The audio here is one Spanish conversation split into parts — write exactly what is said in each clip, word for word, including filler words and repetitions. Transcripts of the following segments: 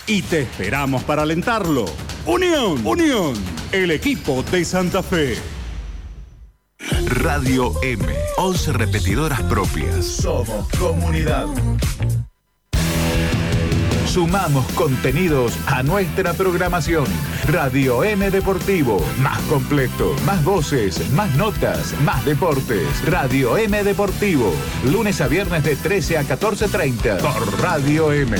y te esperamos para alentarlo. Unión, Unión, el equipo de Santa Fe. Radio M, once repetidoras propias. Somos comunidad. Sumamos contenidos a nuestra programación. Radio M Deportivo, más completo, más voces, más notas, más deportes. Radio M Deportivo, lunes a viernes de trece a catorce treinta por Radio M.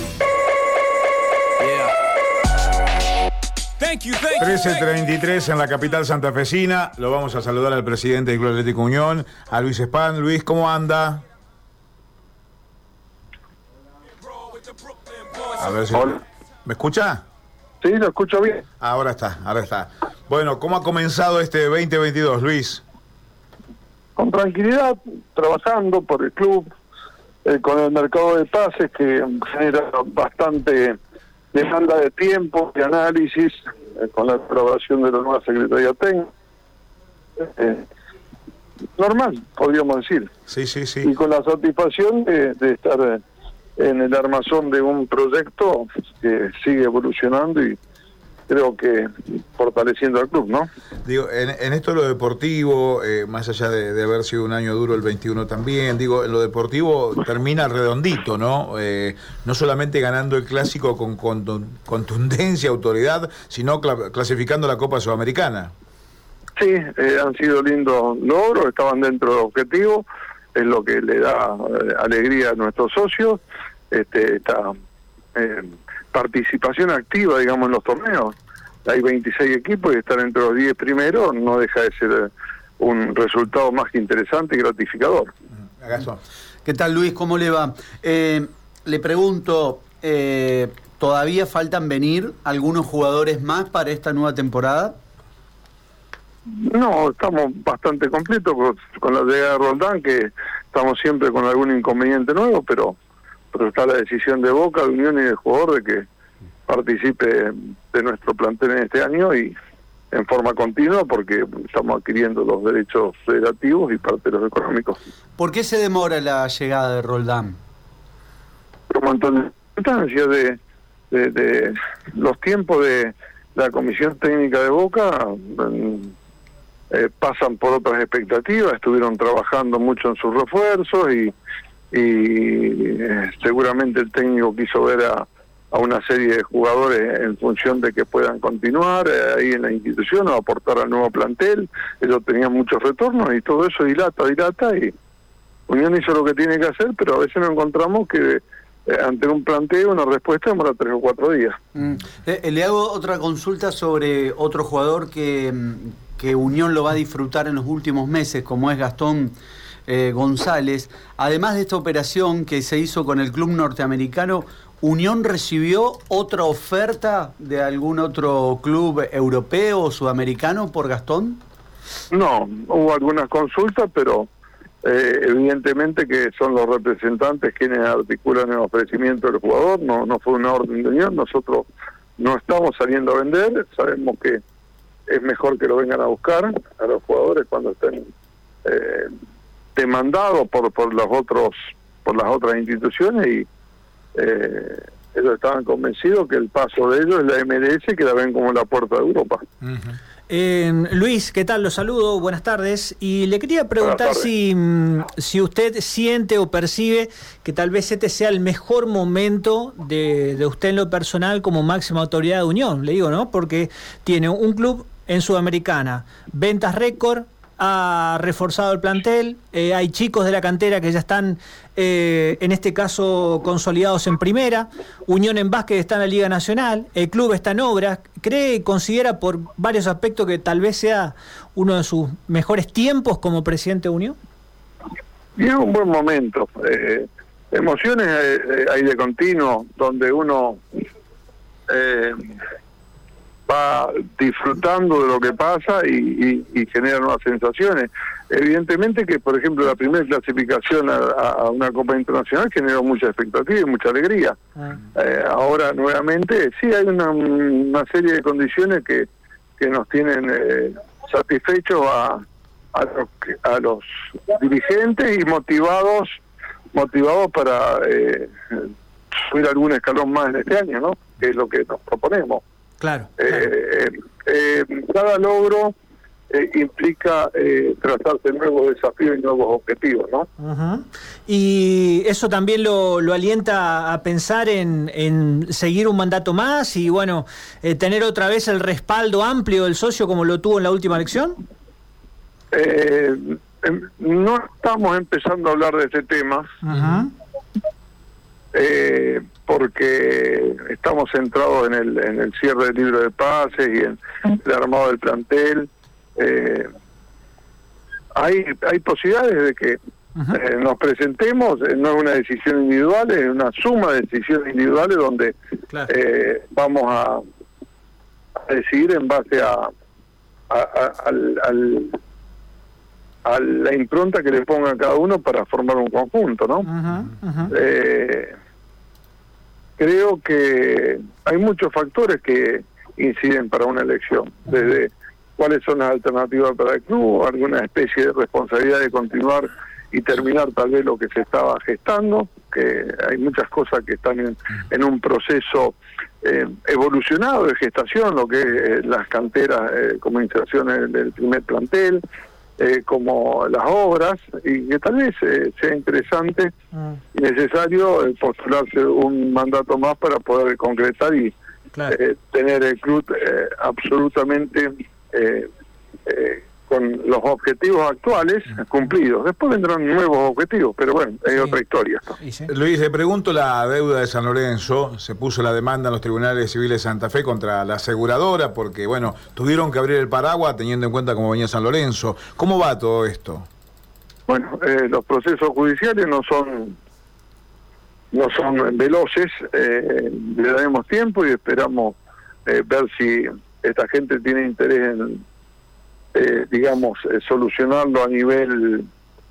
trece treinta y tres en la capital santafesina. Lo vamos a saludar al presidente del Club Atlético Unión, a Luis Spahn. Luis, ¿cómo anda? A ver si... Hola. ¿Me escucha? Sí, lo escucho bien. Ahora está, ahora está. Bueno, ¿cómo ha comenzado este veinte veintidós, Luis? Con tranquilidad, trabajando por el club, eh, con el mercado de pases que genera bastante demanda de tiempo, de análisis, eh, con la colaboración de la nueva Secretaría Técnica. Eh, normal, podríamos decir. Sí, sí, sí. Y con la satisfacción de, de estar eh, en el armazón de un proyecto que sigue evolucionando y creo que fortaleciendo al club, ¿no? Digo, en, en esto de lo deportivo, eh, más allá de, de haber sido un año duro el veintiuno también, digo, en lo deportivo termina redondito, ¿no? Eh, no solamente ganando el clásico con, con contundencia, autoridad, sino cl- clasificando la Copa Sudamericana. Sí, eh, han sido lindos logros, estaban dentro del objetivo, es lo que le da eh, alegría a nuestros socios, este, esta eh, participación activa, digamos, en los torneos. Hay veintiséis equipos y estar entre los diez primeros no deja de ser un resultado más que interesante y gratificador. ¿Acaso? ¿Qué tal, Luis? ¿Cómo le va? Eh, le pregunto, eh, ¿todavía faltan venir algunos jugadores más para esta nueva temporada? No, estamos bastante completos con, con la llegada de Roldán, que estamos siempre con algún inconveniente nuevo, pero, pero está la decisión de Boca, de Unión y del jugador de que participe de nuestro plantel en este año y en forma continua, porque estamos adquiriendo los derechos federativos y parte de los económicos. ¿Por qué se demora la llegada de Roldán? Por un montón de circunstancias, de, de, de los tiempos de la Comisión Técnica de Boca eh, pasan por otras expectativas, estuvieron trabajando mucho en sus refuerzos y, y eh, seguramente el técnico quiso ver a a una serie de jugadores en función de que puedan continuar eh, ahí en la institución o aportar al nuevo plantel. Ellos tenían muchos retornos y todo eso dilata, dilata y Unión hizo lo que tiene que hacer, pero a veces nos encontramos que eh, ante un planteo una respuesta demora tres o cuatro días. Mm. Le, le hago otra consulta sobre otro jugador que, que Unión lo va a disfrutar en los últimos meses, como es Gastón eh, González. Además de esta operación que se hizo con el club norteamericano, ¿Unión recibió otra oferta de algún otro club europeo o sudamericano por Gastón? No, hubo algunas consultas, pero eh, evidentemente que son los representantes quienes articulan el ofrecimiento del jugador, no, no fue una orden de Unión, nosotros no estamos saliendo a vender, sabemos que es mejor que lo vengan a buscar a los jugadores cuando estén eh, demandados por, por los otros, por las otras instituciones y Eh, ellos estaban convencidos que el paso de ellos es la M L S, que la ven como la puerta de Europa. Uh-huh. eh, Luis, ¿qué tal? Los saludo, buenas tardes. Y le quería preguntar si, si usted siente o percibe que tal vez este sea el mejor momento de, de usted en lo personal como máxima autoridad de Unión, le digo, ¿no? Porque tiene un club en Sudamericana, ventas récord, ha reforzado el plantel, eh, hay chicos de la cantera que ya están, eh, en este caso, consolidados en primera, Unión en básquet está en la Liga Nacional, el club está en obras. ¿Cree y considera por varios aspectos que tal vez sea uno de sus mejores tiempos como presidente de Unión? Y es un buen momento. Eh, emociones eh, hay de continuo, donde uno eh, va disfrutando de lo que pasa y, y, y genera nuevas sensaciones. Evidentemente que, por ejemplo, la primera clasificación a, a una Copa Internacional generó mucha expectativa y mucha alegría. Ah. Eh, ahora, nuevamente, sí hay una, una serie de condiciones que, que nos tienen eh, satisfechos a, a, los, a los dirigentes y motivados motivados para eh, subir algún escalón más en este año, ¿no? que es lo que nos proponemos. Claro. Eh, claro. eh, eh, cada logro eh, implica eh, trazarse nuevos desafíos y nuevos objetivos, ¿no? Uh-huh. Y eso también lo, lo alienta a pensar en, en seguir un mandato más y, bueno, eh, tener otra vez el respaldo amplio del socio como lo tuvo en la última elección. Eh, no estamos empezando a hablar de este tema. Uh-huh. Eh, porque estamos centrados en el, en el cierre del libro de pases y en el armado del plantel. Eh, hay hay posibilidades de que uh-huh. eh, nos presentemos, eh, no es una decisión individual, es una suma de decisiones individuales donde claro. eh, vamos a, a decidir en base a, a, a al, al a la impronta que le ponga cada uno para formar un conjunto, ¿no? Uh-huh, uh-huh. Eh, creo que hay muchos factores que inciden para una elección, desde cuáles son las alternativas para el club, alguna especie de responsabilidad de continuar y terminar tal vez lo que se estaba gestando, que hay muchas cosas que están en, en un proceso eh, evolucionado de gestación, lo que es eh, las canteras eh, como inserciones del primer plantel, Eh, como las obras, y que tal vez eh, sea interesante mm. y necesario eh, postularse un mandato más para poder concretar y claro. eh, tener el club eh, absolutamente eh, eh, con los objetivos actuales mm. cumplidos. Después vendrán nuevos objetivos, pero bueno, es sí. otra historia. Sí. Luis, le pregunto la deuda de San Lorenzo. Se puso la demanda en los tribunales civiles de Santa Fe contra la aseguradora porque, bueno, tuvieron que abrir el paraguas teniendo en cuenta cómo venía San Lorenzo. ¿Cómo va todo esto? Bueno, eh, los procesos judiciales no son no son veloces. Eh, le daremos tiempo y esperamos eh, ver si esta gente tiene interés en Eh, digamos, eh, solucionarlo a nivel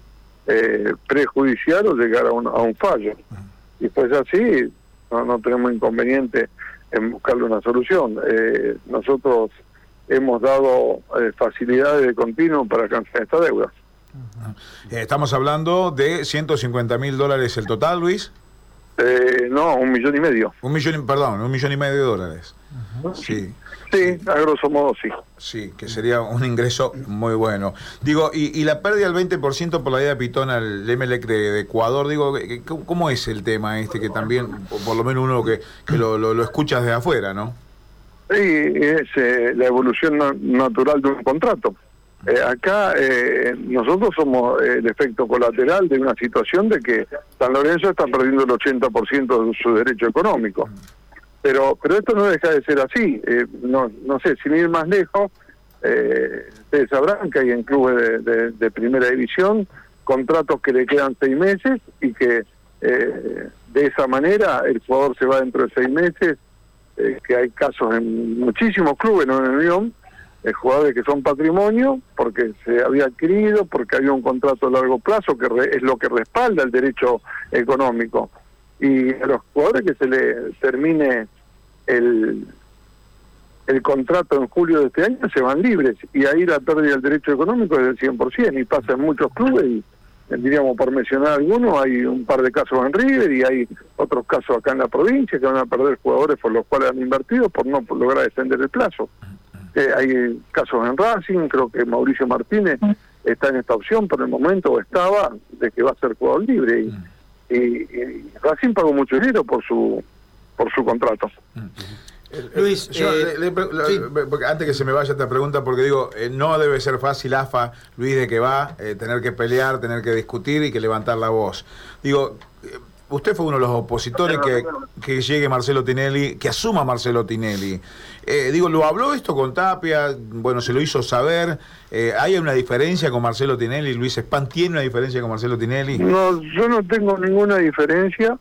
eh, prejudicial o llegar a un, a un fallo. Y pues así, no, no tenemos inconveniente en buscarle una solución. Eh, nosotros hemos dado eh, facilidades de continuo para cancelar esta deuda. Uh-huh. Estamos hablando de ciento cincuenta mil dólares el total, Luis. Eh, no, un millón y medio. Un millón, perdón, un millón y medio de dólares. Uh-huh. Sí. Sí, a grosso modo sí. Sí, que sería un ingreso muy bueno. Digo, y, y la pérdida del veinte por ciento por la ida de Pitón al Emelec de, de Ecuador, digo, ¿cómo es el tema este que también, por lo menos uno que, que lo, lo, lo escucha desde afuera, ¿no? Sí, es eh, la evolución na- natural de un contrato. Eh, acá eh, nosotros somos eh, el efecto colateral de una situación de que San Lorenzo está perdiendo el ochenta por ciento de su derecho económico. Pero pero esto no deja de ser así. Eh, no no sé, sin ir más lejos, eh, ustedes sabrán que hay en clubes de, de, de primera división contratos que le quedan seis meses y que eh, de esa manera el jugador se va dentro de seis meses, eh, que hay casos en muchísimos clubes, no en el Unión, eh, jugadores que son patrimonio porque se había adquirido, porque había un contrato a largo plazo que re, es lo que respalda el derecho económico. Y a los jugadores que se le termine el el contrato en julio de este año se van libres, y ahí la pérdida del derecho económico es del cien por ciento, y pasa en muchos clubes, y diríamos, por mencionar algunos, hay un par de casos en River y hay otros casos acá en la provincia que van a perder jugadores por los cuales han invertido por no lograr extender el plazo. Eh, hay casos en Racing, creo que Mauricio Martínez está en esta opción por el momento, o estaba, de que va a ser jugador libre, y Y, y Racing pagó mucho dinero por su por su contrato. Luis, yo, eh, le, le, le, sí. antes que se me vaya esta pregunta, porque digo, eh, no debe ser fácil, A F A, Luis, de que va, eh, tener que pelear, tener que discutir y que levantar la voz. Digo, eh, usted fue uno de los opositores que, que llegue Marcelo Tinelli, que asuma Marcelo Tinelli. Eh, digo, ¿lo habló esto con Tapia? Bueno, se lo hizo saber. Eh, ¿Hay una diferencia con Marcelo Tinelli? ¿Luis Span tiene una diferencia con Marcelo Tinelli? No, yo no tengo ninguna diferencia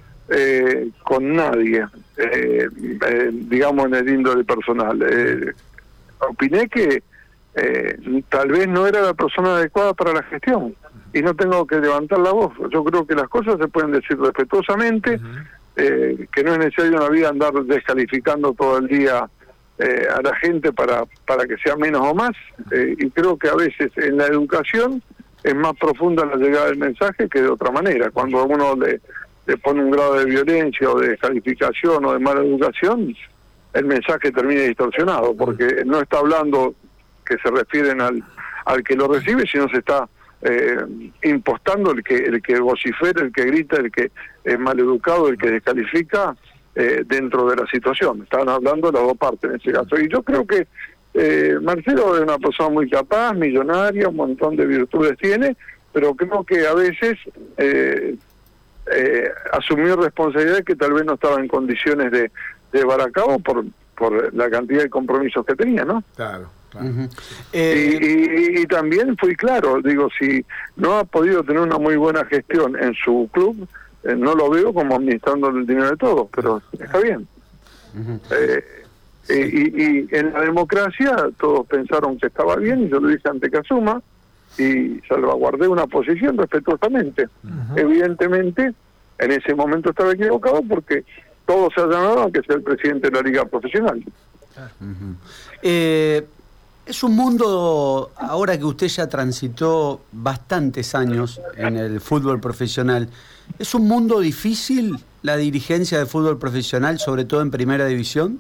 eh, con nadie, eh, eh, digamos, en el índole personal. Eh, opiné que eh, tal vez no era la persona adecuada para la gestión, y no tengo que levantar la voz. Yo creo que las cosas se pueden decir respetuosamente, uh-huh. eh, que no es necesario en la vida andar descalificando todo el día eh, a la gente para para que sea menos o más, eh, y creo que a veces en la educación es más profunda la llegada del mensaje que de otra manera. Cuando uno le, le pone un grado de violencia o de descalificación o de mala educación, el mensaje termina distorsionado, porque no está hablando que se refieren al, al que lo recibe, sino se está eh, impostando el que el que vocifera, el que grita, el que es maleducado, el que descalifica eh, dentro de la situación. Estaban hablando de las dos partes en ese caso. Y yo creo que eh, Marcelo es una persona muy capaz, millonaria, un montón de virtudes tiene, pero creo que a veces eh, eh, asumió responsabilidades que tal vez no estaba en condiciones de, de llevar a cabo por, por la cantidad de compromisos que tenía, ¿no? Claro. Claro. Uh-huh. eh, y, y, y también fui claro, digo, si no ha podido tener una muy buena gestión en su club, eh, no lo veo como administrando el dinero de todos, pero está bien. Uh-huh. eh, sí. y, y en la democracia todos pensaron que estaba bien, y yo lo dije ante que asuma, y salvaguardé una posición respetuosamente. Uh-huh. Evidentemente, en ese momento estaba equivocado porque todos se llamaban que sea el presidente de la Liga Profesional. Uh-huh. eh, Es un mundo, ahora que usted ya transitó bastantes años en el fútbol profesional, ¿es un mundo difícil la dirigencia del fútbol profesional, sobre todo en primera división?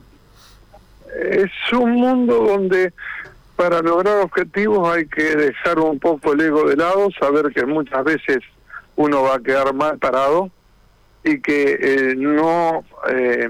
Es un mundo donde para lograr objetivos hay que dejar un poco el ego de lado, saber que muchas veces uno va a quedar mal parado y que eh, no eh,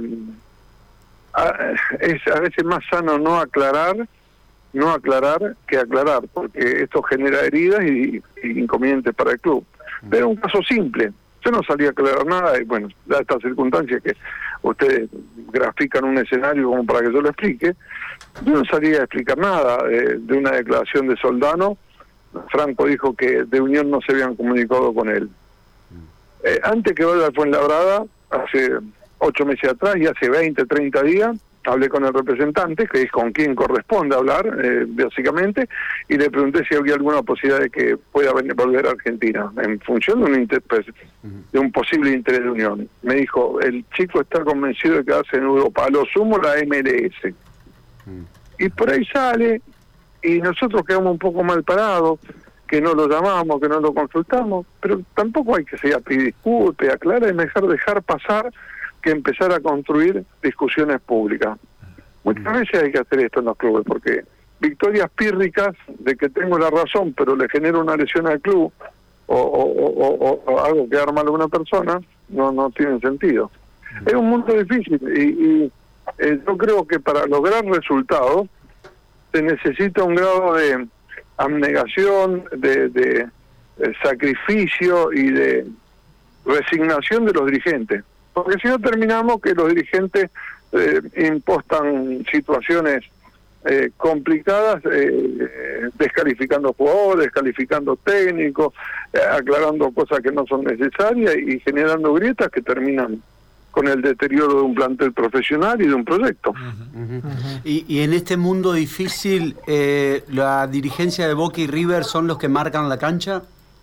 a, es a veces más sano no aclarar no aclarar que aclarar, porque esto genera heridas y, y inconvenientes para el club. Pero un caso simple, yo no salí a aclarar nada, y bueno, da estas circunstancias que ustedes grafican un escenario como para que yo lo explique, yo no salí a explicar nada eh, de una declaración de Soldano. Franco dijo que de Unión no se habían comunicado con él. Eh, antes que vaya a Fuenlabrada, hace ocho meses atrás y hace veinte, treinta días, hablé con el representante, que es con quien corresponde hablar, eh, básicamente, y le pregunté si había alguna posibilidad de que pueda venir, volver a Argentina, en función de un, inter, pues, de un posible interés de Unión. Me dijo, el chico está convencido de quedarse en Europa, a lo sumo la M L S. Mm. Y por ahí sale, y nosotros quedamos un poco mal parados, que no lo llamamos, que no lo consultamos, pero tampoco hay que se pedir disculpas, aclarar, es mejor dejar pasar que empezar a construir discusiones públicas. Muchas veces hay que hacer esto en los clubes, porque victorias pírricas de que tengo la razón, pero le genero una lesión al club, o, o, o, o, o algo quedar mal a una persona, no no tiene sentido. Es un mundo difícil, y, y eh, yo creo que para lograr resultados se necesita un grado de abnegación, de, de, de sacrificio y de resignación de los dirigentes. Porque si no terminamos que los dirigentes eh, impostan situaciones eh, complicadas, eh, descalificando jugadores, descalificando técnicos, eh, aclarando cosas que no son necesarias y generando grietas que terminan con el deterioro de un plantel profesional y de un proyecto. Uh-huh. Uh-huh. Y, y en este mundo difícil, eh, ¿la dirigencia de Boca y River son los que marcan la cancha?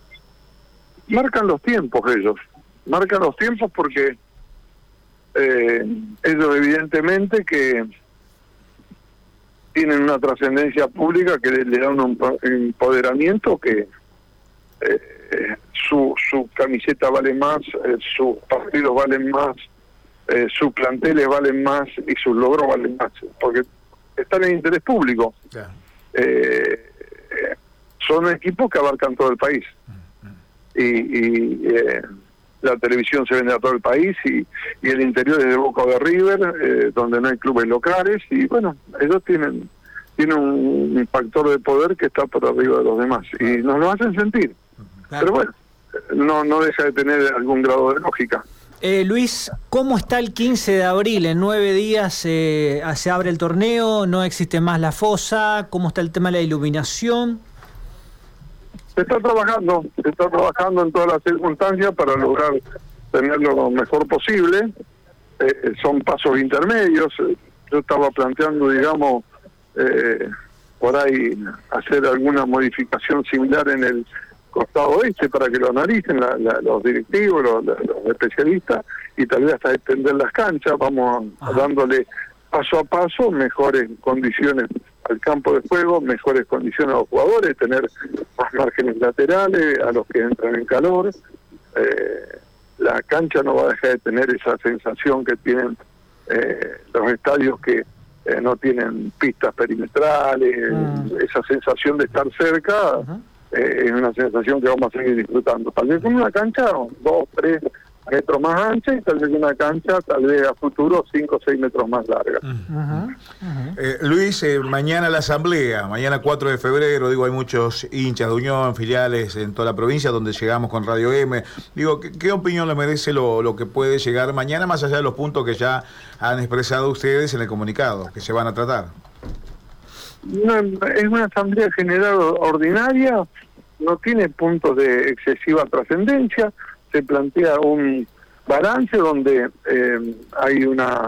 Marcan los tiempos ellos, marcan los tiempos porque Eh, ellos evidentemente que tienen una trascendencia pública que le, le da un empoderamiento que eh, su su camiseta vale más, eh, sus partidos valen más, eh, sus planteles valen más y sus logros valen más, porque están en interés público. Yeah. Eh, eh, son equipos que abarcan todo el país. Mm-hmm. Y, y eh, la televisión se vende a todo el país, y, y el interior es de Boca o de River, eh, donde no hay clubes locales, y bueno, ellos tienen tienen un factor de poder que está por arriba de los demás, y nos lo hacen sentir. Claro. Pero bueno, no no deja de tener algún grado de lógica. Eh, Luis, ¿cómo está el quince de abril? En nueve días eh, se abre el torneo, no existe más la fosa, ¿cómo está el tema de la iluminación? Se está trabajando, se está trabajando en todas las circunstancias para lograr tenerlo lo mejor posible. Eh, son pasos intermedios. Yo estaba planteando, digamos, eh, por ahí hacer alguna modificación similar en el costado este para que lo analicen la, la, los directivos, los, los especialistas, y tal vez hasta extender las canchas. Vamos Ajá. dándole paso a paso mejores condiciones al campo de juego, mejores condiciones a los jugadores, tener más márgenes laterales a los que entran en calor, eh, la cancha no va a dejar de tener esa sensación que tienen eh, los estadios que eh, no tienen pistas perimetrales, mm. esa sensación de estar cerca, uh-huh. eh, es una sensación que vamos a seguir disfrutando. Tal vez con una cancha, dos, tres metros más ancha, y tal vez una cancha, tal vez a futuro, cinco o seis metros más larga. Uh-huh. Uh-huh. Eh, Luis, eh, mañana la asamblea, mañana cuatro de febrero, digo, hay muchos hinchas de Unión, filiales en toda la provincia, donde llegamos con Radio M. Digo, ¿qué, qué opinión le merece lo, lo que puede llegar mañana, más allá de los puntos que ya han expresado ustedes en el comunicado, que se van a tratar? No, es una asamblea general ordinaria, no tiene puntos de excesiva trascendencia. Se plantea un balance donde eh, hay una,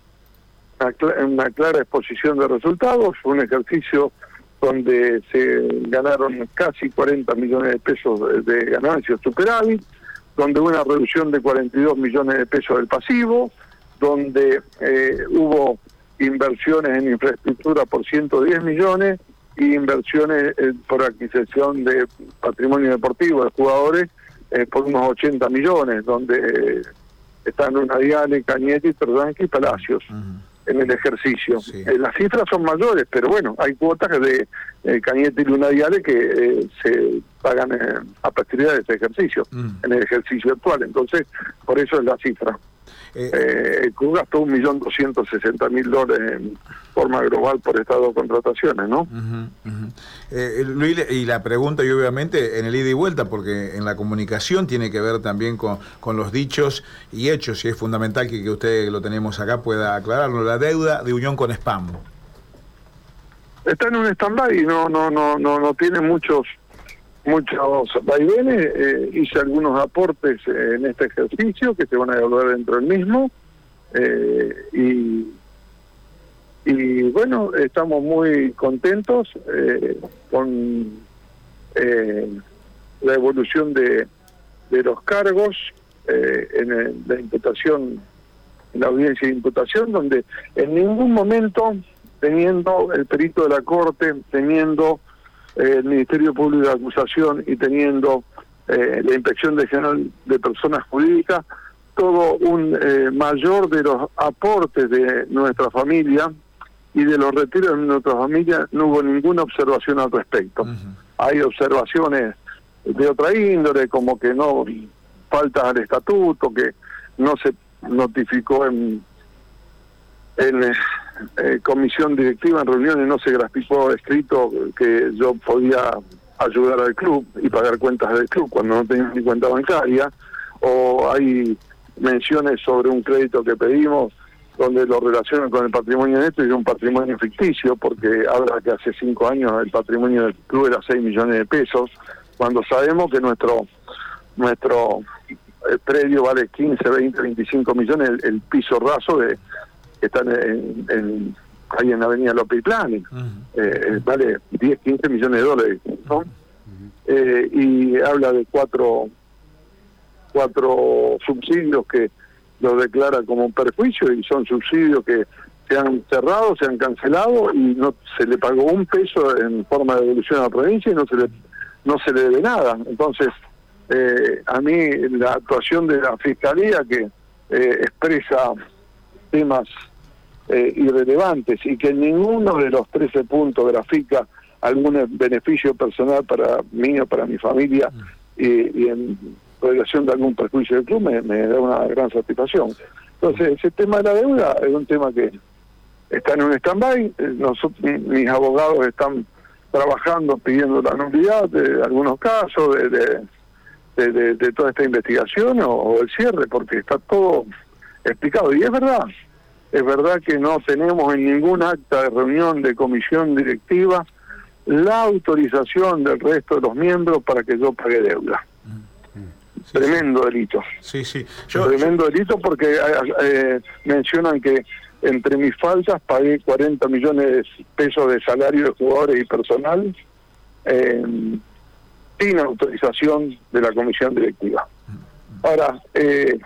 una, una clara exposición de resultados, un ejercicio donde se ganaron casi cuarenta millones de pesos de, de ganancias superávit, donde hubo una reducción de cuarenta y dos millones de pesos del pasivo, donde eh, hubo inversiones en infraestructura por ciento diez millones y inversiones eh, por adquisición de patrimonio deportivo de jugadores Eh, por unos ochenta millones, donde eh, están Lunadiale, Cañete, Terdanqui y Palacios uh-huh. en el ejercicio. Sí. Eh, las cifras son mayores, pero bueno, hay cuotas de eh, Cañete y Lunadiale que eh, se pagan eh, a posterioridad de ese ejercicio, uh-huh. en el ejercicio actual. Entonces, por eso es la cifra. Eh, eh, el club gastó un millón doscientos sesenta mil dólares en forma global por estas dos contrataciones, ¿no? Uh-huh, uh-huh. Eh, Luis, y la pregunta, y obviamente en el ida y vuelta, porque en la comunicación tiene que ver también con, con los dichos y hechos, y es fundamental que, que usted lo tenemos acá pueda aclararlo, la deuda de Unión con Spam. Está en un stand-by, no, no, no, no, no tiene muchos muchos vaivenes, eh, hice algunos aportes eh, en este ejercicio que se van a evaluar dentro del mismo, eh, y, y bueno, estamos muy contentos eh, con eh, la evolución de, de los cargos eh, en el, la imputación, en la audiencia de imputación, donde en ningún momento, teniendo el perito de la Corte, teniendo el Ministerio Público de Acusación y teniendo eh, la Inspección General de Personas Jurídicas, todo un eh, mayor de los aportes de nuestra familia y de los retiros de nuestra familia, no hubo ninguna observación al respecto. Uh-huh. Hay observaciones de otra índole, como que no falta al estatuto, que no se notificó en, en eh, comisión directiva, en reuniones no se graficó escrito que yo podía ayudar al club y pagar cuentas del club cuando no tenía ni cuenta bancaria, o hay menciones sobre un crédito que pedimos donde lo relacionan con el patrimonio neto y un patrimonio ficticio, porque habla que hace cinco años el patrimonio del club era seis millones de pesos, cuando sabemos que nuestro nuestro el predio vale quince, veinte, veinticinco millones, el, el piso raso de que está en, en, ahí en la avenida López y Plani, uh-huh. eh, vale diez, quince millones de dólares, ¿no? Uh-huh. eh, y habla de cuatro cuatro subsidios que los declara como un perjuicio, y son subsidios que se han cerrado, se han cancelado y no se le pagó un peso en forma de devolución a la provincia y no se le no se le debe nada. Entonces, eh, a mí la actuación de la Fiscalía, que eh, expresa temas eh, irrelevantes y que en ninguno de los trece puntos grafica algún beneficio personal para mí o para mi familia, y, y en relación de algún perjuicio del club, me, me da una gran satisfacción. Entonces, ese tema de la deuda es un tema que está en un stand-by. Nosotros, mis abogados están trabajando pidiendo la nulidad de algunos casos, de, de, de, de, de toda esta investigación o, o el cierre, porque está todo explicado. Y es verdad, es verdad que no tenemos en ningún acta de reunión de comisión directiva la autorización del resto de los miembros para que yo pague deuda. Sí, tremendo sí. delito. Sí, sí. Yo, tremendo yo... delito porque eh, mencionan que entre mis faltas pagué cuarenta millones de pesos de salario de jugadores y personal eh, sin autorización de la comisión directiva. Ahora, eh,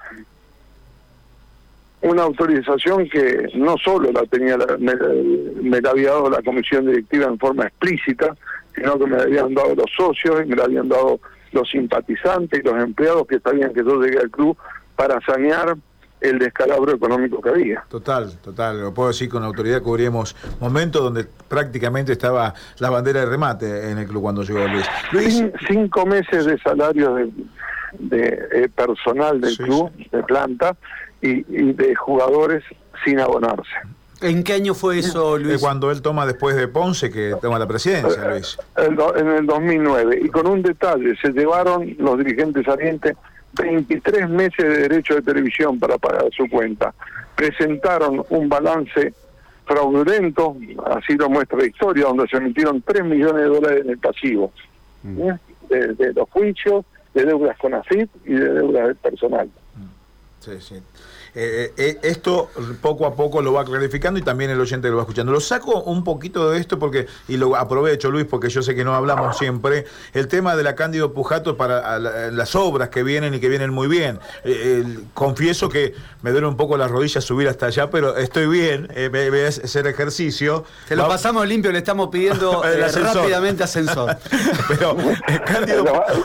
una autorización que no solo la tenía la, me, me la había dado la comisión directiva en forma explícita, sino que me la habían dado los socios y me la habían dado los simpatizantes y los empleados que sabían que yo llegué al club para sanear el descalabro económico que había. Total, total, lo puedo decir con autoridad, cubrimos momentos donde prácticamente estaba la bandera de remate en el club cuando llegó Luis. Luis. Cin, cinco meses de salarios de, de eh, personal del sí, club, sí. de planta, y, y de jugadores sin abonarse. ¿En qué año fue eso, Luis? Cuando él toma después de Ponce, que toma la presidencia, Luis. El, en el dos mil nueve, y con un detalle, se llevaron los dirigentes salientes veintitrés meses de derecho de televisión para pagar su cuenta. Presentaron un balance fraudulento, así lo muestra la historia, donde se emitieron tres millones de dólares en el pasivo, mm. ¿eh? de, de los juicios, de deudas con AFIP y de deudas del personal. Sí, sí. Eh, eh, esto poco a poco lo va clarificando y también el oyente lo va escuchando. Lo saco un poquito de esto porque, y lo aprovecho, Luis, porque yo sé que no hablamos siempre, el tema de la Cándido Pujato para la, las obras que vienen y que vienen muy bien. Eh, eh, confieso que me duele un poco las rodillas subir hasta allá, pero estoy bien, eh, me voy a hacer ejercicio. Se lo va, pasamos limpio, le estamos pidiendo eh, rápidamente ascenso. Pero eh, Cándido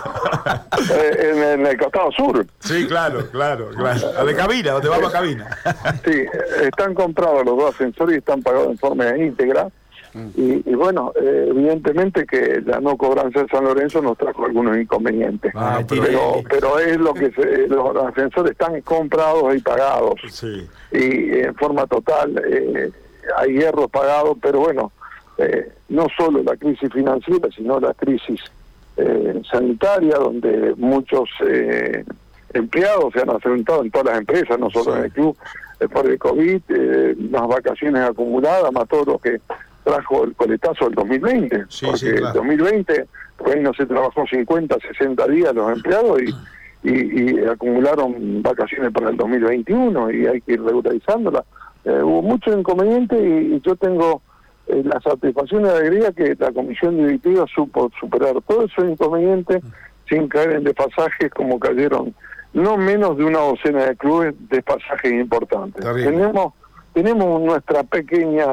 eh, en, en el costado sur. Sí, claro, claro, claro. De cabina, o te vamos a cabina. Sí, están comprados los dos ascensores y están pagados en forma íntegra. Mm. Y, y bueno, eh, evidentemente que la no cobranza de San Lorenzo nos trajo algunos inconvenientes. Ah, pero, pero es lo que se, los ascensores están comprados y pagados. Sí. Y en forma total, eh, hay hierros pagados, pero bueno, eh, no solo la crisis financiera, sino la crisis eh, sanitaria, donde muchos eh, empleados se han afrontado en todas las empresas, no solo sí. en el club, eh, por el COVID, eh, las vacaciones acumuladas, más todo lo que trajo el coletazo del dos mil veinte, sí, porque sí, claro. el dos mil veinte, pues no se trabajó cincuenta, sesenta días los empleados y, y, y acumularon vacaciones para el dos mil veintiuno y hay que ir regularizándolas. Eh, hubo muchos inconvenientes y, y yo tengo eh, la satisfacción y la alegría que la comisión directiva supo superar todos esos inconvenientes sin caer en desfasajes como cayeron no menos de una docena de clubes desfasajes importantes. Tenemos tenemos nuestra pequeña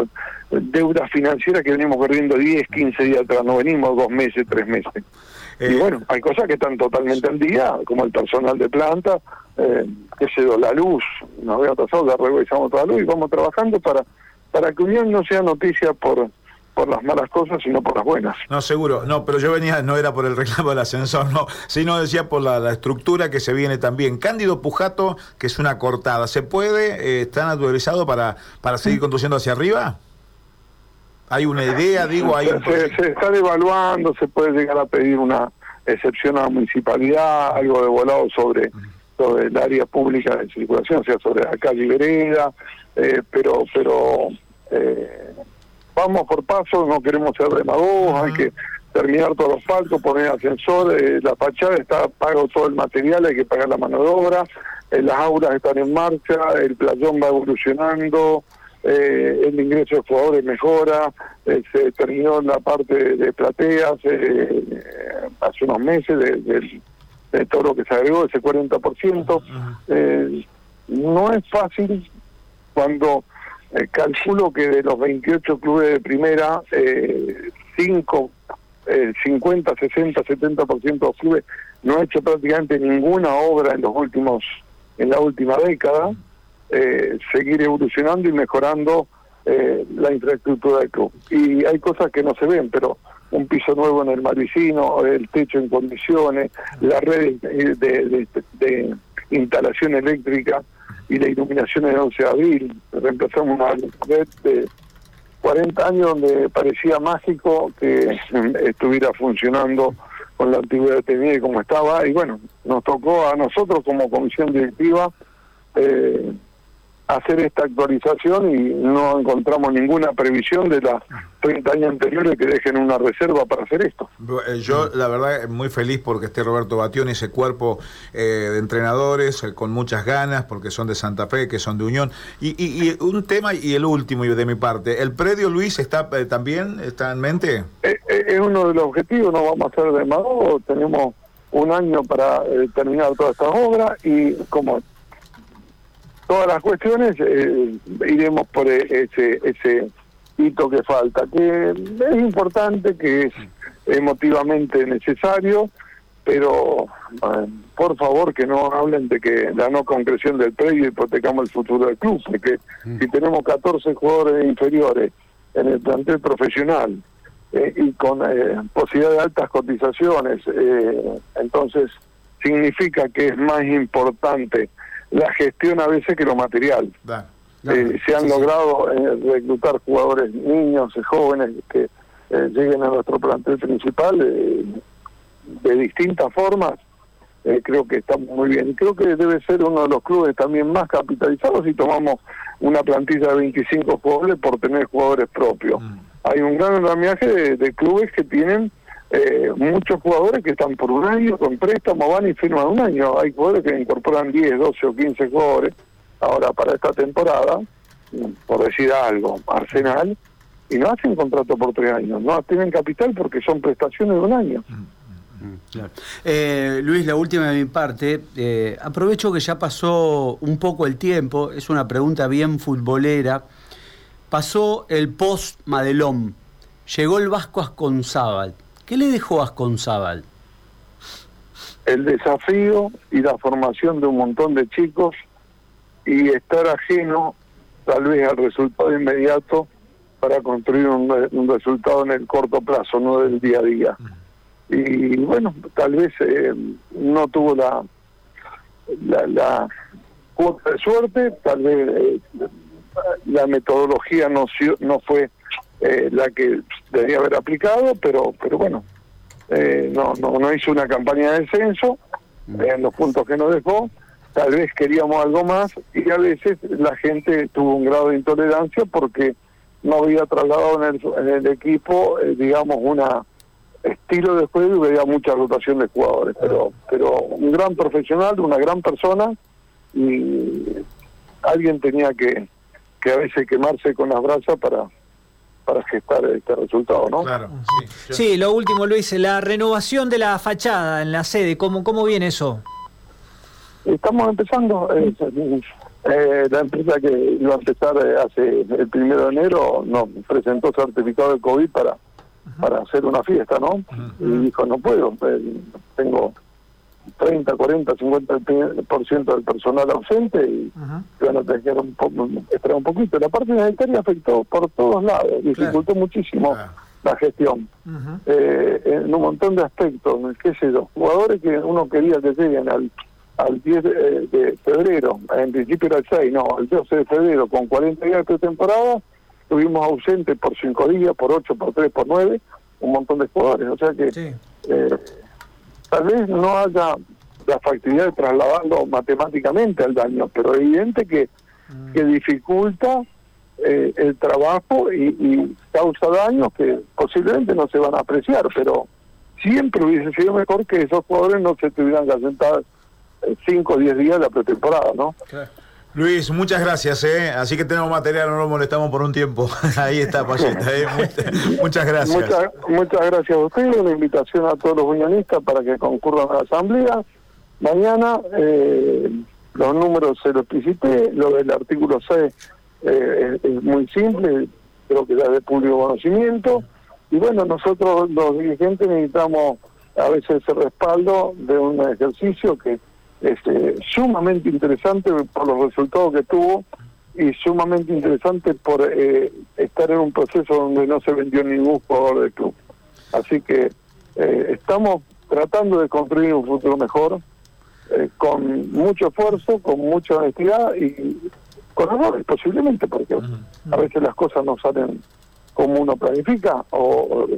deuda financiera que venimos corriendo diez, quince días atrás, no venimos dos meses, tres meses. Eh, y bueno, hay cosas que están totalmente al día, como el personal de planta, eh, qué sé yo, la luz, nos había pasado, ya revisamos toda la luz y vamos trabajando para, para que Unión no sea noticia por... por las malas cosas, sino por las buenas. No, seguro. No, pero yo venía, no era por el reclamo del ascensor, no, sino decía por la, la estructura que se viene también. Cándido Pujato, que es una cortada, ¿se puede? Eh, ¿Está naturalizado para, para seguir conduciendo hacia arriba? ¿Hay una idea, digo? hay un... se, se está evaluando, se puede llegar a pedir una excepción a la municipalidad, algo de volado sobre, sobre el área pública de circulación, o sea, sobre la calle y vereda, eh, pero... pero eh, vamos por paso, no queremos ser demagogos, uh-huh. hay que terminar todos los palcos, poner ascensor, eh, la fachada está pago todo el material, hay que pagar la mano de obra, eh, las aulas están en marcha, el playón va evolucionando, eh, el ingreso de jugadores mejora, eh, se terminó la parte de, de plateas eh, hace unos meses de, de, de todo lo que se agregó, ese cuarenta por ciento. Uh-huh. Eh, no es fácil cuando... Eh, calculo que de los veintiocho clubes de primera, eh, cinco, eh, cincuenta, sesenta, setenta por ciento de los clubes no ha hecho prácticamente ninguna obra en los últimos, en la última década. Eh, seguir evolucionando y mejorando eh, la infraestructura del club. Y hay cosas que no se ven, pero un piso nuevo en el Maricino, el techo en condiciones, la red de, de, de, de instalación eléctrica y la iluminación del once de abril. Reemplazamos una red de cuarenta años donde parecía mágico que estuviera funcionando con la antigüedad que tenía y como estaba, y bueno, nos tocó a nosotros como comisión directiva eh, hacer esta actualización y no encontramos ninguna previsión de las treinta años anteriores que dejen una reserva para hacer esto. Yo, la verdad, muy feliz porque esté Roberto Batión y ese cuerpo eh, de entrenadores eh, con muchas ganas, porque son de Santa Fe, que son de Unión. Y, y, y un tema, y el último de mi parte, ¿el predio, Luis, está eh, también está en mente? Es, es uno de los objetivos, no vamos a hacer de mago, tenemos un año para eh, terminar todas estas obras y como todas las cuestiones eh, iremos por ese ese hito que falta, que es importante, que es emotivamente necesario, pero eh, por favor que no hablen de que la no concreción del predio hipotecamos el futuro del club, porque mm. si tenemos catorce jugadores inferiores en el plantel profesional eh, y con eh, posibilidad de altas cotizaciones, eh, entonces significa que es más importante la gestión a veces que lo material. Da, da, eh, se han sí, logrado sí. Eh, reclutar jugadores niños y jóvenes que eh, lleguen a nuestro plantel principal eh, de distintas formas. Eh, creo que está muy bien. Y creo que debe ser uno de los clubes también más capitalizados si tomamos una plantilla de veinticinco jugadores por tener jugadores propios. Mm. Hay un gran andamiaje de, de clubes que tienen eh, muchos jugadores que están por un año, con préstamo, van y firman un año. Hay jugadores que incorporan diez, doce o quince jugadores. Ahora, para esta temporada, por decir algo, Arsenal, y no hacen contrato por tres años. No tienen capital porque son prestaciones de un año. Mm. Claro. Eh, Luis, la última de mi parte, eh, aprovecho que ya pasó un poco el tiempo, es una pregunta bien futbolera. Pasó el post Madelón, llegó el Vasco Asconzábal. ¿Qué le dejó Asconzábal? El desafío y la formación de un montón de chicos y estar ajeno tal vez al resultado inmediato para construir un, un resultado en el corto plazo, no del día a día. Y bueno, tal vez eh, no tuvo la, la la cuota de suerte, tal vez eh, la metodología no no fue eh, la que debía haber aplicado, pero pero bueno, eh, no, no no hizo una campaña de descenso eh, en los puntos que nos dejó. Tal vez queríamos algo más y a veces la gente tuvo un grado de intolerancia porque no había trasladado en el, en el equipo, eh, digamos, una estilo de juego y veía mucha rotación de jugadores, pero pero un gran profesional, una gran persona, y alguien tenía que que a veces quemarse con las brasas para para gestar este resultado, ¿no? Claro, sí. Sí, lo último, Luis, la renovación de la fachada en la sede, ¿cómo cómo viene eso? Estamos empezando, eh, eh, la empresa que iba a empezar eh, hace el primero de enero nos presentó certificado de COVID para para hacer una fiesta, ¿no? Uh-huh. Y dijo, no puedo, tengo treinta, cuarenta, cincuenta por ciento del personal ausente y uh-huh. bueno, tengo que un po- esperar un poquito. La parte sanitaria afectó por todos lados, dificultó claro. muchísimo claro. la gestión. Uh-huh. Eh, en un montón de aspectos, qué sé yo, jugadores que uno quería que lleguen al, al diez de, de febrero, en principio era el seis, no, el doce de febrero, con cuarenta días de pretemporada, estuvimos ausentes por cinco días, por ocho, por tres, por nueve, un montón de jugadores. O sea que sí. eh, tal vez no haya la factibilidad de trasladarlo matemáticamente al daño, pero es evidente que, mm. que dificulta eh, el trabajo y, y causa daños que posiblemente no se van a apreciar, pero siempre hubiese sido mejor que esos jugadores no se tuvieran que asentar cinco o diez días de la pretemporada, ¿no? Claro. Luis, muchas gracias, ¿eh? Así que tenemos material, no nos molestamos por un tiempo. Ahí está, Payeta, ¿eh? Muchas, muchas gracias. Muchas, muchas gracias a ustedes, una invitación a todos los unionistas para que concurran a la asamblea. Mañana eh, los números se los explicité, lo del artículo seis eh, es, es muy simple, creo que ya es de público conocimiento. Y bueno, nosotros los dirigentes necesitamos a veces ese respaldo de un ejercicio que es eh, sumamente interesante por los resultados que tuvo y sumamente interesante por eh, estar en un proceso donde no se vendió ningún jugador del club. Así que eh, estamos tratando de construir un futuro mejor, eh, con mucho esfuerzo, con mucha honestidad y con errores posiblemente, porque a veces las cosas no salen como uno planifica o, o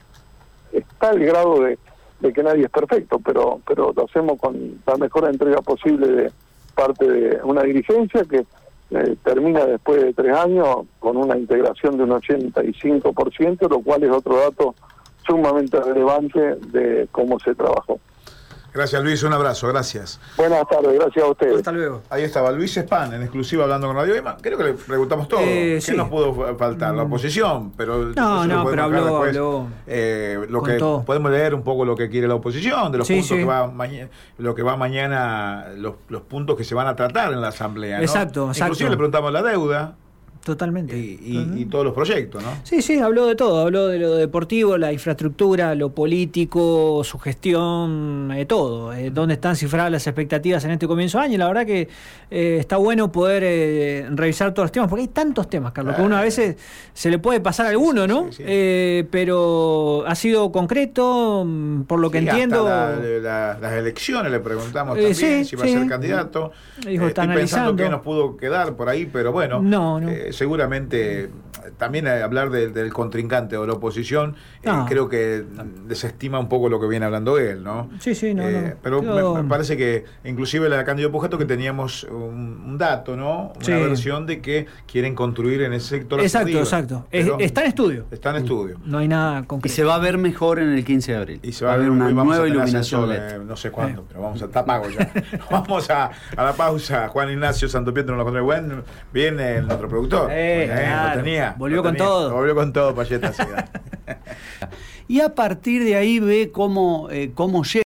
está el grado de de que nadie es perfecto, pero pero lo hacemos con la mejor entrega posible de parte de una dirigencia que eh, termina después de tres años con una integración de un ochenta y cinco por ciento, lo cual es otro dato sumamente relevante de cómo se trabajó. Gracias, Luis, un abrazo, gracias. Buenas tardes, gracias a ustedes. Hasta luego. Ahí estaba Luis Span, en exclusiva hablando con Radio Ema. Creo que le preguntamos todo. Eh, ¿Qué sí. nos pudo faltar? La oposición, pero... No, no, pero habló, después, habló eh, lo que todo. Podemos leer un poco lo que quiere la oposición, de los sí, puntos sí. que va mañana, lo que va mañana, los, los puntos que se van a tratar en la asamblea, ¿no? Exacto, exacto. Inclusive le preguntamos la deuda. Totalmente. Y, y, uh-huh. y todos los proyectos, ¿no? Sí, sí, habló de todo, habló de lo deportivo, la infraestructura, lo político, su gestión, eh, todo, eh, dónde están cifradas las expectativas en este comienzo de año, y la verdad que eh, está bueno poder eh, revisar todos los temas, porque hay tantos temas, Carlos, que uno a veces se le puede pasar alguno, ¿no? Sí, sí. Eh, pero ha sido concreto, por lo que sí, entiendo... Hasta la, la, las elecciones le preguntamos eh, también sí, si va sí. a ser candidato. Dijo, eh, está estoy analizando. pensando qué nos pudo quedar por ahí, pero bueno... No, no. Eh, seguramente también hablar de, del contrincante o de la oposición no. eh, creo que desestima un poco lo que viene hablando él, ¿no? Sí, sí, no, eh, no. Pero Yo... me, me parece que inclusive la Cándido Pujato que teníamos un, un dato, ¿no? Una sí. versión de que quieren construir en ese sector. Exacto, arriba, exacto. Es, está en estudio. Está en estudio. No hay nada concreto. Y se va a ver mejor en el quince de abril. Y se va, va a ver una nueva iluminación. Eh, no sé cuándo, eh. pero vamos a está pago ya. Vamos a, a la pausa. Juan Ignacio Santopietro nos lo contó. Bueno, viene nuestro productor. Eh, pues, eh, claro. lo tenía, volvió lo con tenía, todo. Volvió con todo, Payeta. Y a partir de ahí ve cómo, eh, cómo llega.